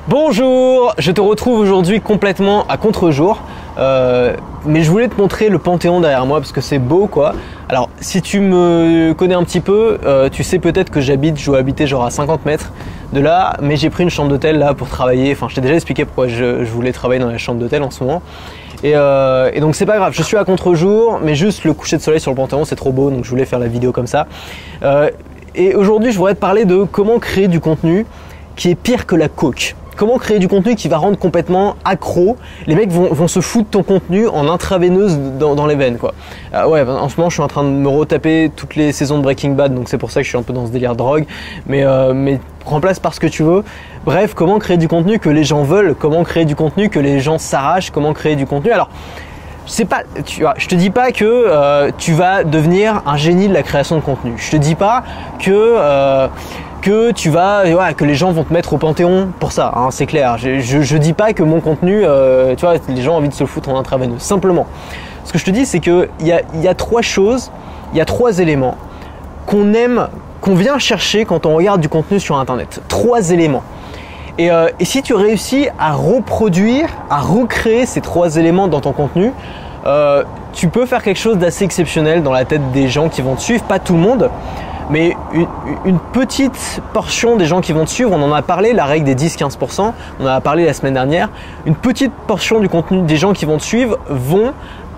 Bonjour, je te retrouve aujourd'hui complètement à contre-jour, mais je voulais te montrer le Panthéon derrière moi parce que c'est beau quoi. Alors si tu me connais un petit peu, tu sais peut-être que je dois habiter genre à 50 mètres de là, mais j'ai pris une chambre d'hôtel là pour travailler. Enfin, je t'ai déjà expliqué pourquoi je voulais travailler dans la chambre d'hôtel en ce moment. Et donc c'est pas grave, je suis à contre-jour, mais juste le coucher de soleil sur le Panthéon c'est trop beau, donc je voulais faire la vidéo comme ça. Et aujourd'hui je voudrais te parler de comment créer du contenu qui est pire que la coke. Comment créer du contenu qui va rendre complètement accro. Les mecs vont se foutre ton contenu en intraveineuse dans les veines quoi. Ouais, en ce moment je suis en train de me retaper toutes les saisons de Breaking Bad, donc c'est pour ça que je suis un peu dans ce délire drogue. Mais remplace par ce que tu veux. Bref, comment créer du contenu que les gens veulent, comment créer du contenu que les gens s'arrachent, comment créer du contenu. Alors, je te dis pas que tu vas devenir un génie de la création de contenu. Je te dis pas que que les gens vont te mettre au Panthéon pour ça, hein, c'est clair. Je dis pas que mon contenu, les gens ont envie de se foutre en intraveineuse. Simplement, ce que je te dis, c'est que il y a trois choses, il y a trois éléments qu'on vient chercher quand on regarde du contenu sur Internet. Trois éléments. Et si tu réussis à recréer ces trois éléments dans ton contenu, tu peux faire quelque chose d'assez exceptionnel dans la tête des gens qui vont te suivre. Pas tout le monde, mais une petite portion des gens qui vont te suivre. On en a parlé, la règle des 10-15%, on en a parlé la semaine dernière. Une petite portion du contenu des gens qui vont te suivre vont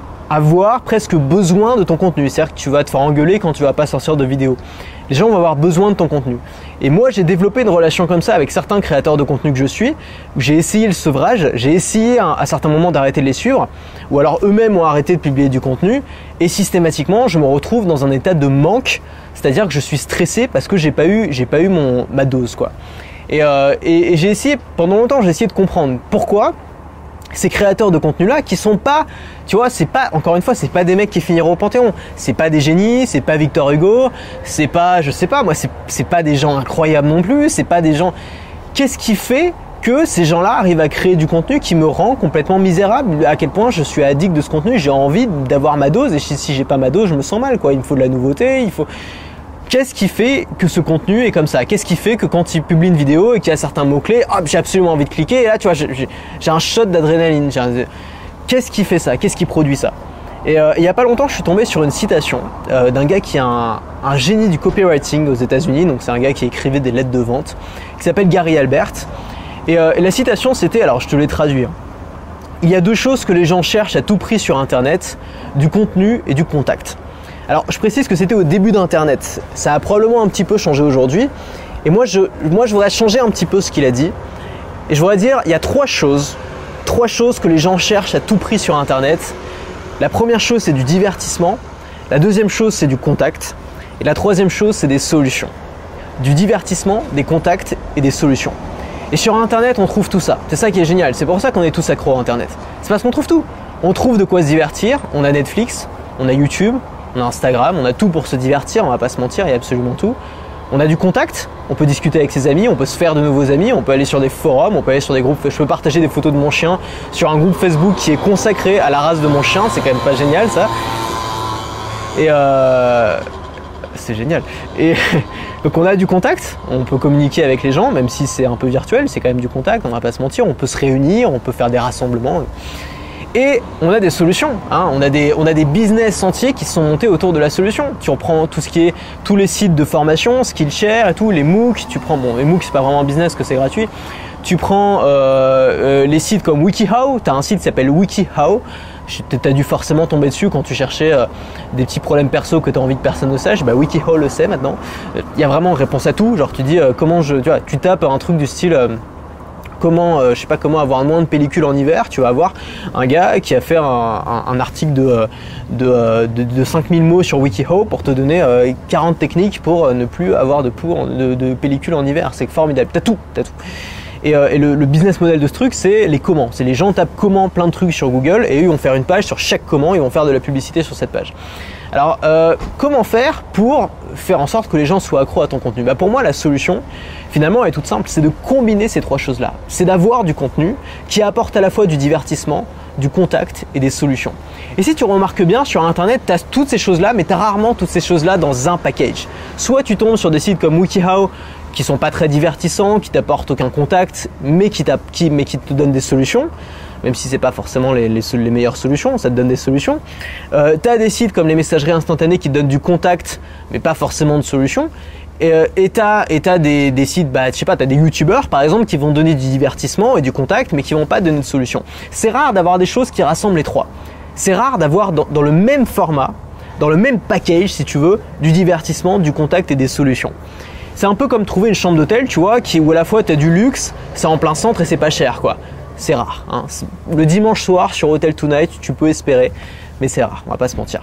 avoir presque besoin de ton contenu. C'est-à-dire que tu vas te faire engueuler quand tu vas pas sortir de vidéo. Les gens vont avoir besoin de ton contenu. Et moi, j'ai développé une relation comme ça avec certains créateurs de contenu que je suis, où j'ai essayé le sevrage, j'ai essayé à certains moments d'arrêter de les suivre, ou alors eux-mêmes ont arrêté de publier du contenu, et systématiquement, je me retrouve dans un état de manque, c'est-à-dire que je suis stressé parce que j'ai pas eu ma dose, quoi. Et j'ai essayé, pendant longtemps, j'ai essayé de comprendre pourquoi ces créateurs de contenu là qui sont pas, tu vois, c'est pas, encore une fois, c'est pas des mecs qui finiront au Panthéon, c'est pas des génies, c'est pas Victor Hugo, c'est pas, je sais pas moi, c'est pas des gens incroyables non plus, c'est pas des gens. Qu'est-ce qui fait que ces gens-là arrivent à créer du contenu qui me rend complètement misérable? À quel point je suis addict de ce contenu, j'ai envie d'avoir ma dose, et si j'ai pas ma dose, je me sens mal quoi. Il me faut de la nouveauté, il faut. Qu'est-ce qui fait que ce contenu est comme ça? Qu'est-ce qui fait que quand il publie une vidéo et qu'il y a certains mots-clés, hop, j'ai absolument envie de cliquer et là, tu vois, j'ai un shot d'adrénaline. Qu'est-ce qui fait ça? Qu'est-ce qui produit ça? Et il n'y a pas longtemps, je suis tombé sur une citation d'un gars qui est un génie du copywriting aux États-Unis. Donc, c'est un gars qui écrivait des lettres de vente, qui s'appelle Gary Albert. Et la citation, c'était, alors je te l'ai traduit. Il y a deux choses que les gens cherchent à tout prix sur Internet, du contenu et du contact. Alors, je précise que c'était au début d'Internet. Ça a probablement un petit peu changé aujourd'hui. Et moi, je voudrais changer un petit peu ce qu'il a dit. Et je voudrais dire, il y a trois choses que les gens cherchent à tout prix sur Internet. La première chose, c'est du divertissement. La deuxième chose, c'est du contact. Et la troisième chose, c'est des solutions. Du divertissement, des contacts et des solutions. Et sur Internet, on trouve tout ça. C'est ça qui est génial. C'est pour ça qu'on est tous accros à Internet. C'est parce qu'on trouve tout. On trouve de quoi se divertir. On a Netflix, on a YouTube, on a Instagram, on a tout pour se divertir, on va pas se mentir, il y a absolument tout. On a du contact, on peut discuter avec ses amis, on peut se faire de nouveaux amis, on peut aller sur des forums, on peut aller sur des groupes, je peux partager des photos de mon chien sur un groupe Facebook qui est consacré à la race de mon chien, c'est quand même pas génial ça. Et c'est génial. Et donc on a du contact, on peut communiquer avec les gens, même si c'est un peu virtuel, c'est quand même du contact, on va pas se mentir, on peut se réunir, on peut faire des rassemblements. Et on a des solutions, hein. On a des business entiers qui sont montés autour de la solution. Tu reprends tout ce qui est tous les sites de formation, Skillshare et tout, les MOOC. Tu prends, bon, les MOOC c'est pas vraiment un business que c'est gratuit. Tu prends les sites comme WikiHow. Tu as un site qui s'appelle WikiHow. Tu as dû forcément tomber dessus quand tu cherchais des petits problèmes perso que tu as envie que personne ne sache. Bah, WikiHow le sait maintenant. Il y a vraiment réponse à tout. Genre tu dis tu tapes un truc du style je sais pas comment avoir moins de pellicule en hiver, tu vas avoir un gars qui a fait un article de 5000 mots sur WikiHow pour te donner 40 techniques pour ne plus avoir de pellicule en hiver. C'est formidable, t'as tout. Et le business model de ce truc, c'est les comment. C'est les gens tapent comment plein de trucs sur Google et eux ils vont faire une page sur chaque comment, ils vont faire de la publicité sur cette page. Alors, comment faire pour faire en sorte que les gens soient accros à ton contenu? Bah, pour moi, la solution, finalement, elle est toute simple, c'est de combiner ces trois choses-là. C'est d'avoir du contenu qui apporte à la fois du divertissement, du contact et des solutions. Et si tu remarques bien, sur Internet, tu as toutes ces choses-là, mais tu as rarement toutes ces choses-là dans un package. Soit tu tombes sur des sites comme WikiHow, qui sont pas très divertissants, qui t'apportent aucun contact, mais qui te donnent des solutions, même si c'est pas forcément les meilleures solutions, ça te donne des solutions. Tu as des sites comme les messageries instantanées qui te donnent du contact, mais pas forcément de solutions. Et t'as des sites, je sais pas, t'as des youtubeurs par exemple qui vont donner du divertissement et du contact, mais qui vont pas donner de solution. C'est rare d'avoir des choses qui rassemblent les trois. C'est rare d'avoir dans le même format, dans le même package si tu veux, du divertissement, du contact et des solutions. C'est un peu comme trouver une chambre d'hôtel, tu vois, où à la fois tu as du luxe, c'est en plein centre et c'est pas cher, quoi. C'est rare, hein. Le dimanche soir sur Hotel Tonight, tu peux espérer, mais c'est rare, on va pas se mentir.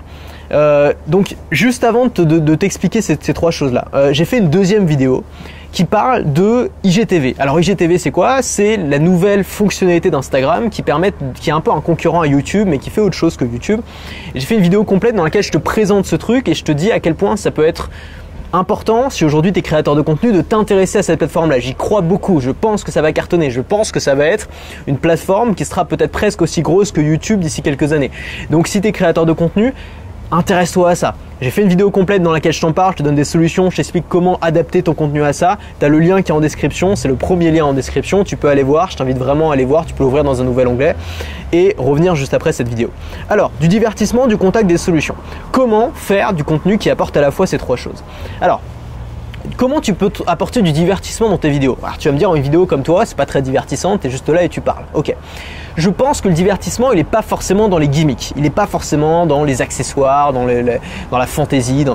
Donc, juste avant de t'expliquer ces trois choses-là, j'ai fait une deuxième vidéo qui parle de IGTV. Alors IGTV, c'est quoi? C'est la nouvelle fonctionnalité d'Instagram qui est un peu un concurrent à YouTube, mais qui fait autre chose que YouTube. Et j'ai fait une vidéo complète dans laquelle je te présente ce truc et je te dis à quel point ça peut être important, si aujourd'hui tu es créateur de contenu, de t'intéresser à cette plateforme-là. J'y crois beaucoup, je pense que ça va cartonner, je pense que ça va être une plateforme qui sera peut-être presque aussi grosse que YouTube d'ici quelques années. Donc si tu es créateur de contenu, intéresse-toi à ça. J'ai fait une vidéo complète dans laquelle je t'en parle, je te donne des solutions, je t'explique comment adapter ton contenu à ça. Tu as le lien qui est en description, c'est le premier lien en description, tu peux aller voir, je t'invite vraiment à aller voir, tu peux l'ouvrir dans un nouvel onglet et revenir juste après cette vidéo. Alors, du divertissement, du contact, des solutions. Comment faire du contenu qui apporte à la fois ces trois choses? Alors, comment tu peux apporter du divertissement dans tes vidéos? Alors, tu vas me dire, une vidéo comme toi, c'est pas très divertissant, tu es juste là et tu parles. Ok. Je pense que le divertissement, il n'est pas forcément dans les gimmicks, il n'est pas forcément dans les accessoires, dans la fantaisie.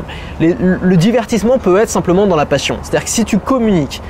Le divertissement peut être simplement dans la passion. C'est-à-dire que si tu communiques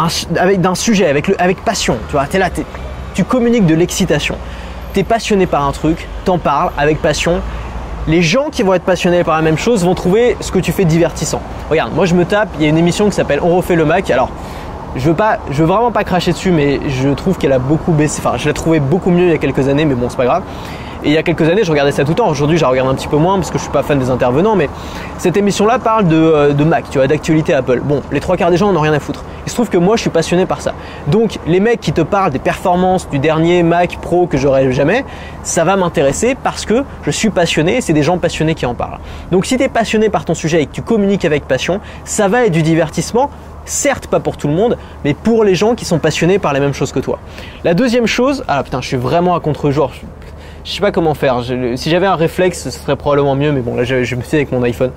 d'un sujet avec passion, tu vois, t'es là, tu communiques de l'excitation, tu es passionné par un truc, t'en parles avec passion. Les gens qui vont être passionnés par la même chose vont trouver ce que tu fais divertissant. Regarde, moi je me tape, il y a une émission qui s'appelle On refait le Mac. Alors, je veux vraiment pas cracher dessus, mais je trouve qu'elle a beaucoup baissé. Enfin, je la trouvais beaucoup mieux il y a quelques années, mais bon, c'est pas grave. Et il y a quelques années, je regardais ça tout le temps. Aujourd'hui, je la regarde un petit peu moins parce que je suis pas fan des intervenants, mais cette émission-là parle de Mac, tu vois, d'actualité Apple. Bon, les trois quarts des gens n'en ont rien à foutre. Il se trouve que moi, je suis passionné par ça. Donc, les mecs qui te parlent des performances du dernier Mac Pro que j'aurai jamais, ça va m'intéresser parce que je suis passionné et c'est des gens passionnés qui en parlent. Donc, si tu es passionné par ton sujet et que tu communiques avec passion, ça va être du divertissement. Certes pas pour tout le monde, mais pour les gens qui sont passionnés par les mêmes choses que toi. La deuxième chose, ah putain, je suis vraiment à contre-jour. Je sais pas comment faire. Si j'avais un réflexe, ce serait probablement mieux, mais bon, là, je me fie avec mon iPhone.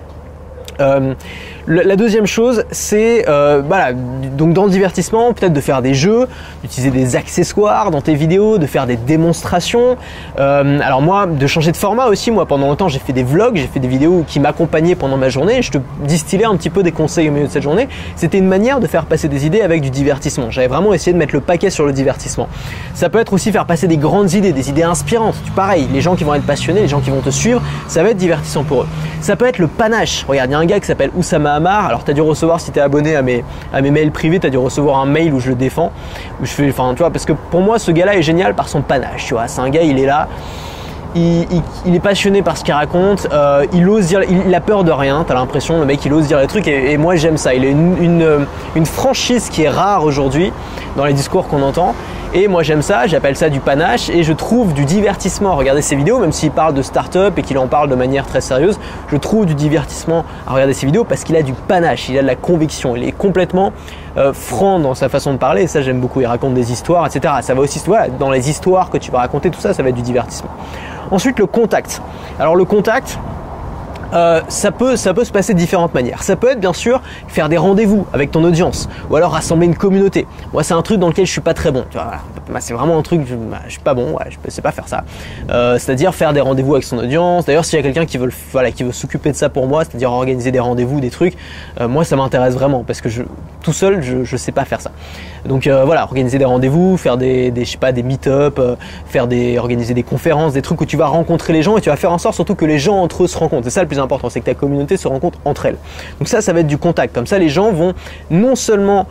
La deuxième chose, c'est voilà, donc dans le divertissement, peut-être de faire des jeux, d'utiliser des accessoires dans tes vidéos, de faire des démonstrations. Alors moi, de changer de format aussi. Moi, pendant longtemps, j'ai fait des vlogs, j'ai fait des vidéos qui m'accompagnaient pendant ma journée. Et je te distillais un petit peu des conseils au milieu de cette journée. C'était une manière de faire passer des idées avec du divertissement. J'avais vraiment essayé de mettre le paquet sur le divertissement. Ça peut être aussi faire passer des grandes idées, des idées inspirantes. Pareil, les gens qui vont être passionnés, les gens qui vont te suivre, ça va être divertissant pour eux. Ça peut être le panache. Regarde, il y a un gars qui s'appelle Oussama Hamar. Alors, tu as dû recevoir, si tu es abonné à mes mails privés, tu as dû recevoir un mail où je le défends. Où je fais, enfin, tu vois, parce que pour moi, ce gars-là est génial par son panache. Tu vois, c'est un gars, il est là. Il est passionné par ce qu'il raconte, il ose dire, il a peur de rien, t'as l'impression, le mec il ose dire les trucs et moi j'aime ça. Il a une franchise qui est rare aujourd'hui dans les discours qu'on entend et moi j'aime ça, j'appelle ça du panache et je trouve du divertissement à regarder ses vidéos, même s'il parle de start-up et qu'il en parle de manière très sérieuse, je trouve du divertissement à regarder ses vidéos parce qu'il a du panache, il a de la conviction, il est complètement franc dans sa façon de parler et ça j'aime beaucoup, il raconte des histoires, etc. Ça va aussi, voilà, dans les histoires que tu vas raconter, tout ça, ça va être du divertissement. Ensuite, le contact. Alors le contact, ça peut se passer de différentes manières. Ça peut être bien sûr faire des rendez-vous avec ton audience ou alors rassembler une communauté. Moi, c'est un truc dans lequel je suis pas très bon. Tu vois, voilà. C'est vraiment un truc, je suis pas bon, ouais, je sais pas faire ça. C'est-à-dire faire des rendez-vous avec son audience. D'ailleurs, s'il y a quelqu'un qui veut s'occuper de ça pour moi, c'est-à-dire organiser des rendez-vous, des trucs, moi ça m'intéresse vraiment parce que tout seul, je sais pas faire ça. Donc voilà, organiser des rendez-vous, faire des je sais pas, des meet-up, organiser des conférences, des trucs où tu vas rencontrer les gens et tu vas faire en sorte surtout que les gens entre eux se rencontrent. C'est ça le plus important, c'est que ta communauté se rencontre entre elles. Donc ça va être du contact. Comme ça, les gens vont non seulement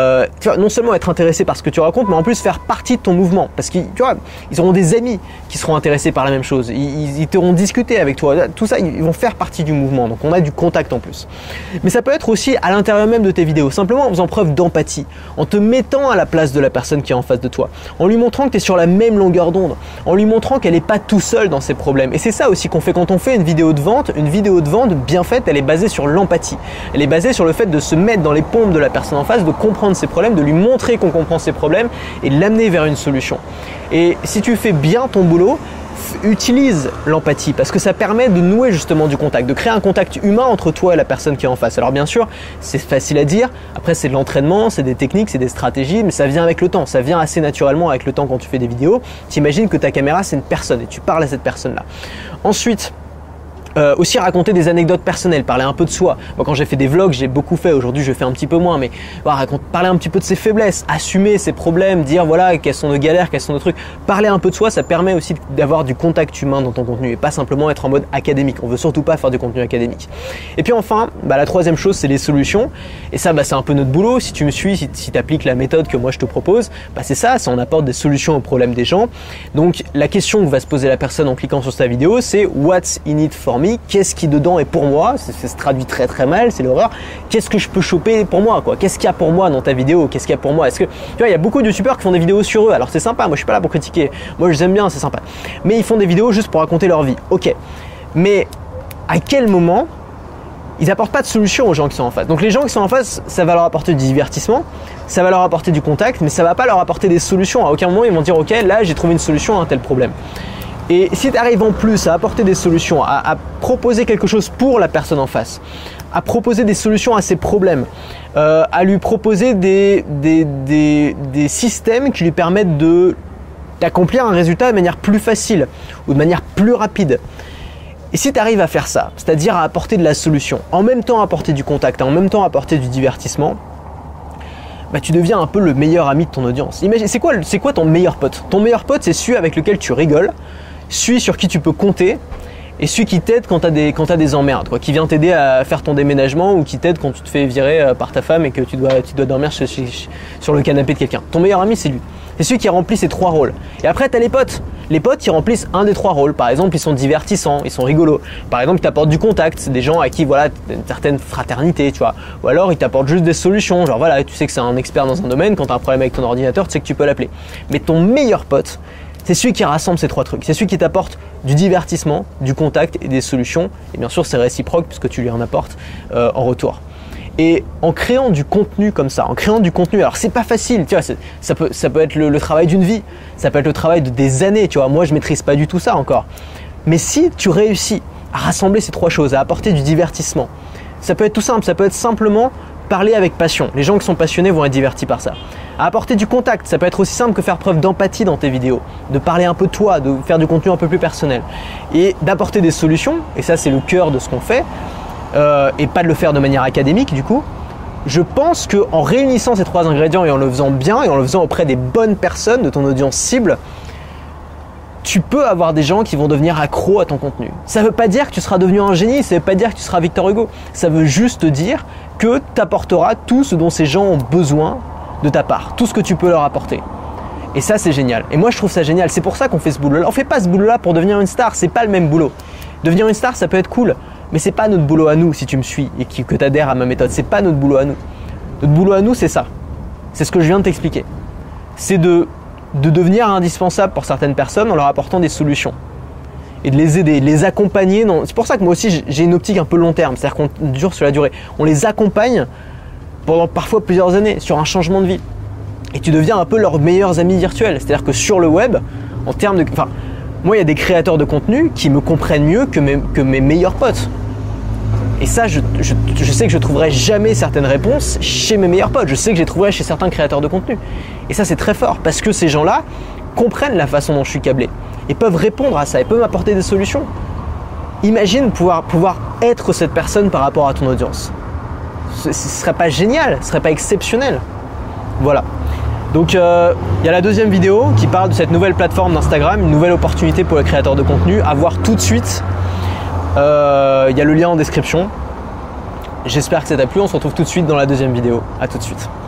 être intéressés par ce que tu racontes, mais en plus faire partie de ton mouvement. Parce qu'ils auront des amis qui seront intéressés par la même chose. Ils t'auront discuté avec toi. Tout ça, ils vont faire partie du mouvement. Donc on a du contact en plus. Mais ça peut être aussi à l'intérieur même de tes vidéos, simplement en faisant preuve d'empathie, en te mettant à la place de la personne qui est en face de toi, en lui montrant que tu es sur la même longueur d'onde, en lui montrant qu'elle n'est pas tout seule dans ses problèmes. Et c'est ça aussi qu'on fait quand on fait une vidéo de vente. Une vidéo de vente bien faite, elle est basée sur l'empathie. Elle est basée sur le fait de se mettre dans les pompes de la personne en face, de comprendre ses problèmes, de lui montrer qu'on comprend ses problèmes et de l'amener vers une solution. Et si tu fais bien ton boulot, utilise l'empathie parce que ça permet de nouer justement du contact, de créer un contact humain entre toi et la personne qui est en face. Alors bien sûr, c'est facile à dire, après c'est de l'entraînement, c'est des techniques, c'est des stratégies, mais ça vient avec le temps, ça vient assez naturellement avec le temps quand tu fais des vidéos. T'imagines que ta caméra c'est une personne et tu parles à cette personne-là. Ensuite, aussi raconter des anecdotes personnelles, parler un peu de soi. Moi quand j'ai fait des vlogs, j'ai beaucoup fait, aujourd'hui je fais un petit peu moins, mais parler un petit peu de ses faiblesses, assumer ses problèmes, dire voilà quelles sont nos galères, quels sont nos trucs. Parler un peu de soi, ça permet aussi d'avoir du contact humain dans ton contenu et pas simplement être en mode académique. On veut surtout pas faire du contenu académique. Et puis enfin, la troisième chose c'est les solutions. Et ça c'est un peu notre boulot. Si tu me suis, si tu appliques la méthode que moi je te propose, c'est ça, on apporte des solutions aux problèmes des gens. Donc la question que va se poser la personne en cliquant sur ta vidéo, c'est what's in it for me? Qu'est-ce qui dedans est pour moi? Ça se traduit très très mal, c'est l'horreur. Qu'est-ce que je peux choper pour moi quoi? Qu'est-ce qu'il y a pour moi dans ta vidéo? Qu'est-ce qu'il y a pour moi? Est-ce que tu vois, il y a beaucoup de youtubeurs qui font des vidéos sur eux. Alors c'est sympa, moi je suis pas là pour critiquer. Moi je les aime bien, c'est sympa. Mais ils font des vidéos juste pour raconter leur vie. Ok. Mais à quel moment ils apportent pas de solution aux gens qui sont en face? Donc les gens qui sont en face, ça va leur apporter du divertissement, ça va leur apporter du contact, mais ça va pas leur apporter des solutions. À aucun moment ils vont dire ok, là j'ai trouvé une solution à un tel problème. Et si tu arrives en plus à apporter des solutions, à proposer quelque chose pour la personne en face, à proposer des solutions à ses problèmes, à lui proposer des systèmes qui lui permettent d'accomplir un résultat de manière plus facile ou de manière plus rapide. Et si tu arrives à faire ça, c'est-à-dire à apporter de la solution, en même temps apporter du contact, en même temps apporter du divertissement, tu deviens un peu le meilleur ami de ton audience. Imagine, c'est quoi ton meilleur pote? Ton meilleur pote, c'est celui avec lequel tu rigoles, celui sur qui tu peux compter et celui qui t'aide quand t'as des emmerdes, quoi, qui vient t'aider à faire ton déménagement ou qui t'aide quand tu te fais virer par ta femme et que tu dois dormir sur le canapé de quelqu'un. Ton meilleur ami, c'est lui. C'est celui qui remplit ces trois rôles. Et après, tu as les potes. Les potes, ils remplissent un des trois rôles. Par exemple, ils sont divertissants, ils sont rigolos. Par exemple, ils t'apportent du contact. C'est des gens à qui, voilà, t'as une certaine fraternité, tu vois. Ou alors, ils t'apportent juste des solutions. Genre, voilà, tu sais que c'est un expert dans un domaine. Quand tu as un problème avec ton ordinateur, tu sais que tu peux l'appeler. Mais ton meilleur pote, c'est celui qui rassemble ces trois trucs. C'est celui qui t'apporte du divertissement, du contact et des solutions. Et bien sûr, c'est réciproque puisque tu lui en apportes en retour. Et en créant du contenu comme ça, alors c'est pas facile, tu vois, ça peut être le travail d'une vie, ça peut être le travail de des années, tu vois. Moi, je maîtrise pas du tout ça encore. Mais si tu réussis à rassembler ces trois choses, à apporter du divertissement, ça peut être tout simple, ça peut être simplement parler avec passion. Les gens qui sont passionnés vont être divertis par ça. À apporter du contact, ça peut être aussi simple que faire preuve d'empathie dans tes vidéos, de parler un peu de toi, de faire du contenu un peu plus personnel et d'apporter des solutions. Et ça, c'est le cœur de ce qu'on fait. Et pas de le faire de manière académique du coup. Je pense qu'en réunissant ces trois ingrédients et en le faisant bien et en le faisant auprès des bonnes personnes de ton audience cible, tu peux avoir des gens qui vont devenir accros à ton contenu. Ça ne veut pas dire que tu seras devenu un génie, ça ne veut pas dire que tu seras Victor Hugo. Ça veut juste dire que tu apporteras tout ce dont ces gens ont besoin de ta part, tout ce que tu peux leur apporter. Et ça, c'est génial. Et moi, je trouve ça génial. C'est pour ça qu'on fait ce boulot-là. On ne fait pas ce boulot-là pour devenir une star. C'est pas le même boulot. Devenir une star, ça peut être cool, mais c'est pas notre boulot à nous si tu me suis et que tu adhères à ma méthode. C'est pas notre boulot à nous. Notre boulot à nous, c'est ça. C'est ce que je viens de t'expliquer. C'est de devenir indispensable pour certaines personnes en leur apportant des solutions et de les aider, de les accompagner. C'est pour ça que moi aussi, j'ai une optique un peu long terme. C'est-à-dire qu'on dure sur la durée. On les accompagne pendant parfois plusieurs années sur un changement de vie. Et tu deviens un peu leurs meilleurs amis virtuels. C'est-à-dire que sur le web, en termes de... Moi, il y a des créateurs de contenu qui me comprennent mieux que mes meilleurs potes. Et ça, je sais que je ne trouverai jamais certaines réponses chez mes meilleurs potes. Je sais que je les trouverai chez certains créateurs de contenu. Et ça, c'est très fort parce que ces gens-là comprennent la façon dont je suis câblé et peuvent répondre à ça et peuvent m'apporter des solutions. Imagine pouvoir être cette personne par rapport à ton audience. Ce ne serait pas génial, ce ne serait pas exceptionnel. Voilà. Donc il y a la deuxième vidéo qui parle de cette nouvelle plateforme d'Instagram, une nouvelle opportunité pour les créateurs de contenu à voir tout de suite. Il y a le lien en description. J'espère que ça t'a plu. On se retrouve tout de suite dans la deuxième vidéo. À tout de suite.